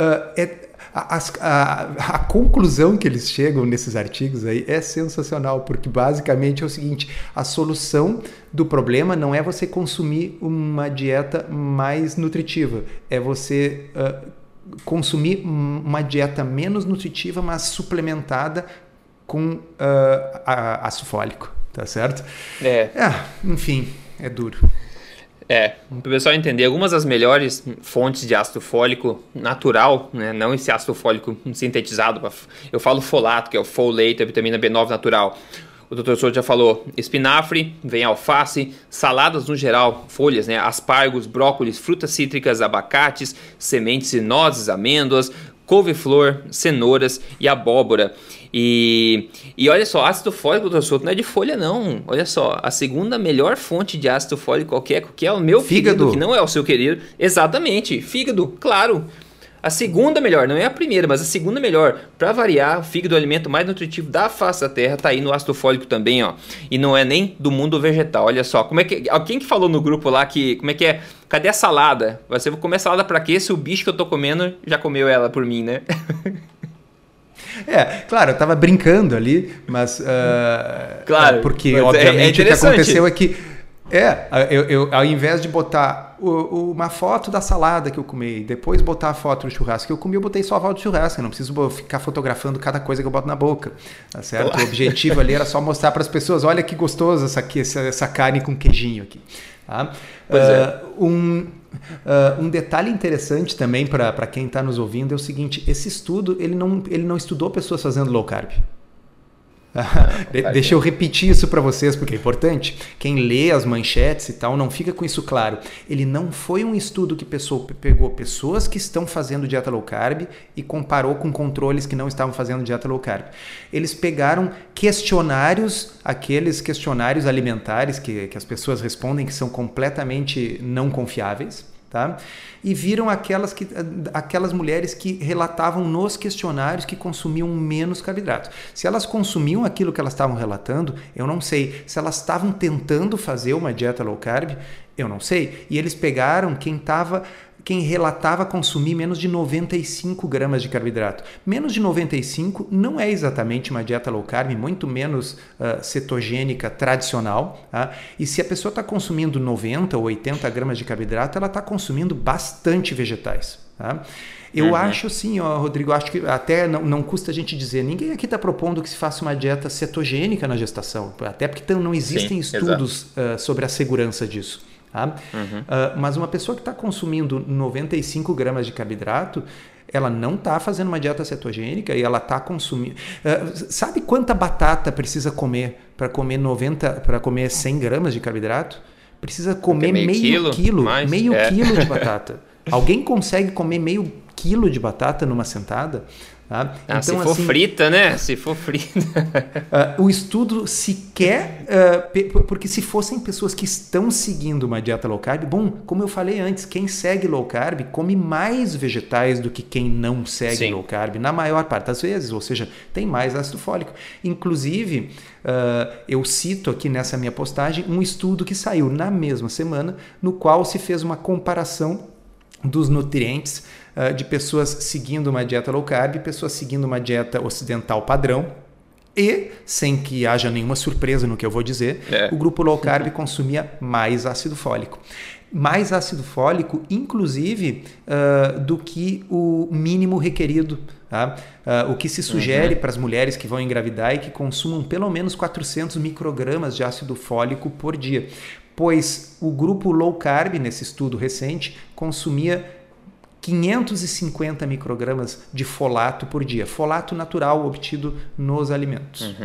a conclusão que eles chegam nesses artigos aí é sensacional, porque basicamente é o seguinte, a solução do problema não é você consumir uma dieta mais nutritiva, é você consumir uma dieta menos nutritiva, mas suplementada com ácido fólico, tá certo? Enfim, é duro. Para o pessoal entender, algumas das melhores fontes de ácido fólico natural, né, não esse ácido fólico sintetizado, eu falo folato, que é o folate, a vitamina B9 natural. O Dr. Souto já falou, espinafre, vem alface, saladas no geral, folhas, né, aspargos, brócolis, frutas cítricas, abacates, sementes e nozes, amêndoas, couve-flor, cenouras e abóbora. E olha só, ácido fólico, Dr. Souto, não é de folha não. Olha só, a segunda melhor fonte de ácido fólico qualquer, que é o meu fígado, que não é o seu querido. Exatamente, fígado, claro. A segunda melhor, não é a primeira, mas a segunda melhor. Para variar, o fígado é o alimento mais nutritivo da face da terra, tá aí no ácido fólico também, ó. E não é nem do mundo vegetal, olha só. Como é que, alguém que falou no grupo lá que, como é que é? Cadê a salada? Você vai comer salada para quê se o bicho que eu tô comendo já comeu ela por mim, né? Claro, eu estava brincando ali, mas claro, porque mas obviamente o que aconteceu é que eu ao invés de botar uma foto da salada que eu comi, depois botar a foto do churrasco que eu comi, eu botei só a foto do churrasco. Eu não preciso ficar fotografando cada coisa que eu boto na boca, tá certo? Claro. O objetivo ali era só mostrar para as pessoas, olha que gostoso essa carne com queijinho aqui. Tá? Um detalhe interessante também para quem está nos ouvindo é o seguinte: esse estudo ele não estudou pessoas fazendo low carb. Deixa eu repetir isso para vocês porque é importante. Quem lê as manchetes e tal não fica com isso claro. Ele não foi um estudo que pegou pessoas que estão fazendo dieta low carb e comparou com controles que não estavam fazendo dieta low carb. Eles pegaram questionários, aqueles questionários alimentares que as pessoas respondem que são completamente não confiáveis. Tá? E viram aquelas mulheres que relatavam nos questionários que consumiam menos carboidratos. Se elas consumiam aquilo que elas estavam relatando, eu não sei. Se elas estavam tentando fazer uma dieta low carb, eu não sei. E eles pegaram quem relatava consumir menos de 95 gramas de carboidrato. Menos de 95 não é exatamente uma dieta low carb, muito menos cetogênica tradicional. Tá? E se a pessoa está consumindo 90 ou 80 gramas de carboidrato, ela está consumindo bastante vegetais. Tá? Eu acho sim, Rodrigo, acho que até não custa a gente dizer, ninguém aqui está propondo que se faça uma dieta cetogênica na gestação, até porque não existem estudos sobre a segurança disso. Tá? Mas uma pessoa que está consumindo 95 gramas de carboidrato, ela não está fazendo uma dieta cetogênica e ela está consumindo. Sabe quanta batata precisa comer para comer 100 gramas de carboidrato? Precisa comer meio quilo de batata. Alguém consegue comer meio quilo de batata numa sentada? Tá? Então, se for frita, né? Se for frita. O estudo sequer... porque se fossem pessoas que estão seguindo uma dieta low carb, bom, como eu falei antes, quem segue low carb come mais vegetais do que quem não segue low carb, na maior parte das vezes, ou seja, tem mais ácido fólico. Inclusive, eu cito aqui nessa minha postagem um estudo que saiu na mesma semana, no qual se fez uma comparação dos nutrientes de pessoas seguindo uma dieta low carb e pessoas seguindo uma dieta ocidental padrão. E, sem que haja nenhuma surpresa no que eu vou dizer, o grupo low carb consumia mais ácido fólico. Mais ácido fólico, inclusive, do que o mínimo requerido. Tá? O que se sugere para as mulheres que vão engravidar é que consumam pelo menos 400 microgramas de ácido fólico por dia. Pois o grupo low carb, nesse estudo recente, consumia 550 microgramas de folato por dia. Folato natural obtido nos alimentos.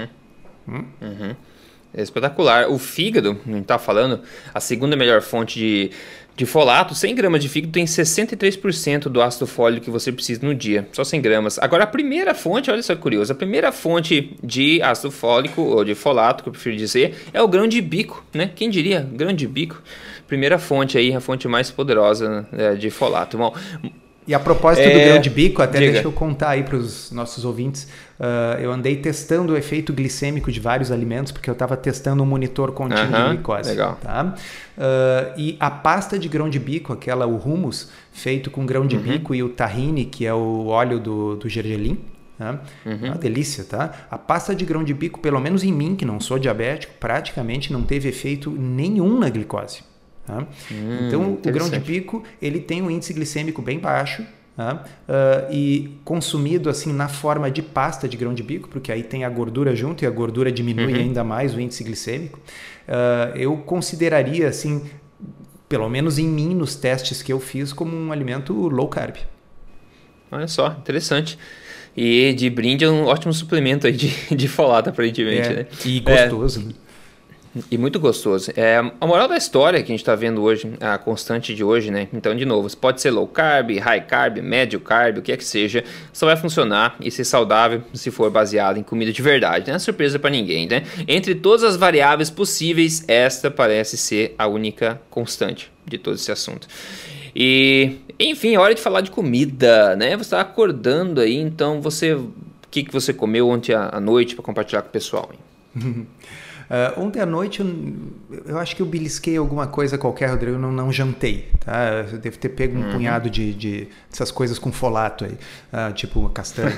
É espetacular. O fígado, a gente está falando, a segunda melhor fonte de folato, 100 gramas de fígado tem 63% do ácido fólico que você precisa no dia, só 100 gramas. Agora, a primeira fonte, olha só que curioso, a primeira fonte de ácido fólico, ou de folato, que eu prefiro dizer, é o grão de bico, né? Quem diria? Grão de bico. Primeira fonte aí, a fonte mais poderosa de folato. Bom, e a propósito do grão de bico, até deixa eu contar aí para os nossos ouvintes, eu andei testando o efeito glicêmico de vários alimentos, porque eu estava testando um monitor contínuo de glicose. Legal. Tá? E a pasta de grão de bico, o hummus, feito com grão de bico e o tahine, que é o óleo do gergelim, tá? Uma delícia, tá? A pasta de grão de bico, pelo menos em mim, que não sou diabético, praticamente não teve efeito nenhum na glicose. Tá? Então, o grão de bico ele tem um índice glicêmico bem baixo, tá? E consumido assim na forma de pasta de grão de bico, porque aí tem a gordura junto e a gordura diminui ainda mais o índice glicêmico. Eu consideraria, assim, pelo menos em mim, nos testes que eu fiz, como um alimento low carb. Olha só, interessante. E de brinde é um ótimo suplemento aí de folato, aparentemente. Né? E gostoso, né? E muito gostoso. A moral da história que a gente está vendo hoje, a constante de hoje, né? Então, de novo, pode ser low carb, high carb, médio carb, o que é que seja, só vai funcionar e ser saudável se for baseado em comida de verdade. Não é surpresa para ninguém, né? Entre todas as variáveis possíveis, esta parece ser a única constante de todo esse assunto. E, enfim, é hora de falar de comida, né? Você está acordando aí, então o que você comeu ontem à noite para compartilhar com o pessoal, hein? Ontem à noite eu acho que eu belisquei alguma coisa qualquer, Rodrigo, eu não jantei, tá? Eu devo ter pego um punhado dessas coisas com folato aí, tipo castanhas.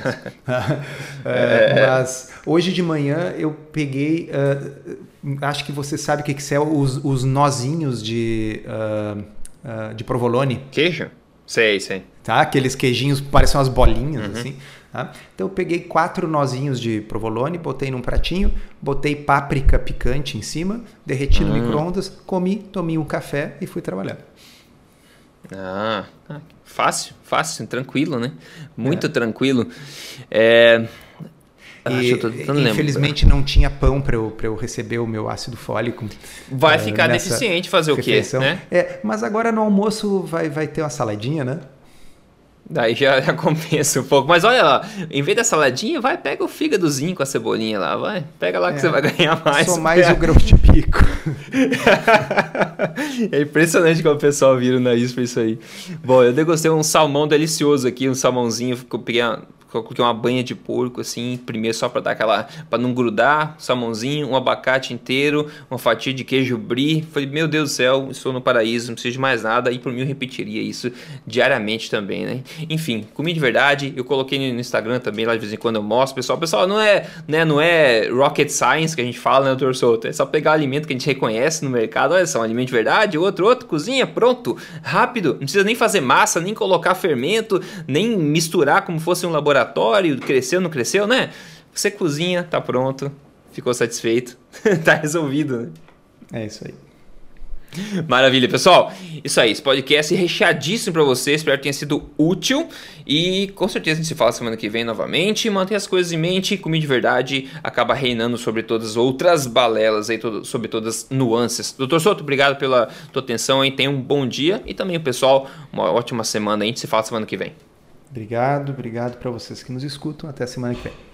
Mas hoje de manhã eu peguei, acho que você sabe o que são os nozinhos de provolone. Queijo? Sei. Tá? Aqueles queijinhos que parecem umas bolinhas, assim. Tá? Então eu peguei 4 nozinhos de provolone, botei num pratinho, botei páprica picante em cima, derreti no micro-ondas, comi, tomei um café e fui trabalhar. Fácil, tranquilo, né? Muito tranquilo. Infelizmente não tinha pão para eu receber o meu ácido fólico. Vai ficar deficiente fazer refeição. O quê, né? Mas agora no almoço vai ter uma saladinha, né? Daí já compensa um pouco. Mas olha lá, em vez da saladinha, pega o fígadozinho com a cebolinha lá, vai. Pega lá que você vai ganhar mais. Só mais o grão de bico. É impressionante como o pessoal vira o nariz pra isso aí. Bom, eu degustei um salmão delicioso aqui, um salmãozinho que eu coloquei uma banha de porco, assim, primeiro só para dar para não grudar, salmãozinho, um abacate inteiro, uma fatia de queijo brie. Falei, meu Deus do céu, estou no paraíso, não preciso de mais nada. E por mim eu repetiria isso diariamente também, né? Enfim, comi de verdade. Eu coloquei no Instagram também, lá de vez em quando eu mostro. Pessoal, não é rocket science que a gente fala, né, Dr. Souto? É só pegar alimento que a gente reconhece no mercado. Olha só, um alimento de verdade, outro, cozinha, pronto, rápido. Não precisa nem fazer massa, nem colocar fermento, nem misturar como fosse um laboratório. Cresceu, não cresceu, né? Você cozinha, tá pronto, ficou satisfeito, tá resolvido, né? É isso aí. Maravilha, pessoal. Isso aí, esse podcast é recheadíssimo para você. Espero que tenha sido útil. E com certeza a gente se fala semana que vem novamente. Mantenha as coisas em mente. Comida de verdade acaba reinando sobre todas as outras balelas, aí, sobre todas as nuances. Dr. Souto, obrigado pela tua atenção. Tenha um bom dia. E também, pessoal, uma ótima semana. A gente se fala semana que vem. Obrigado para vocês que nos escutam. Até semana que vem.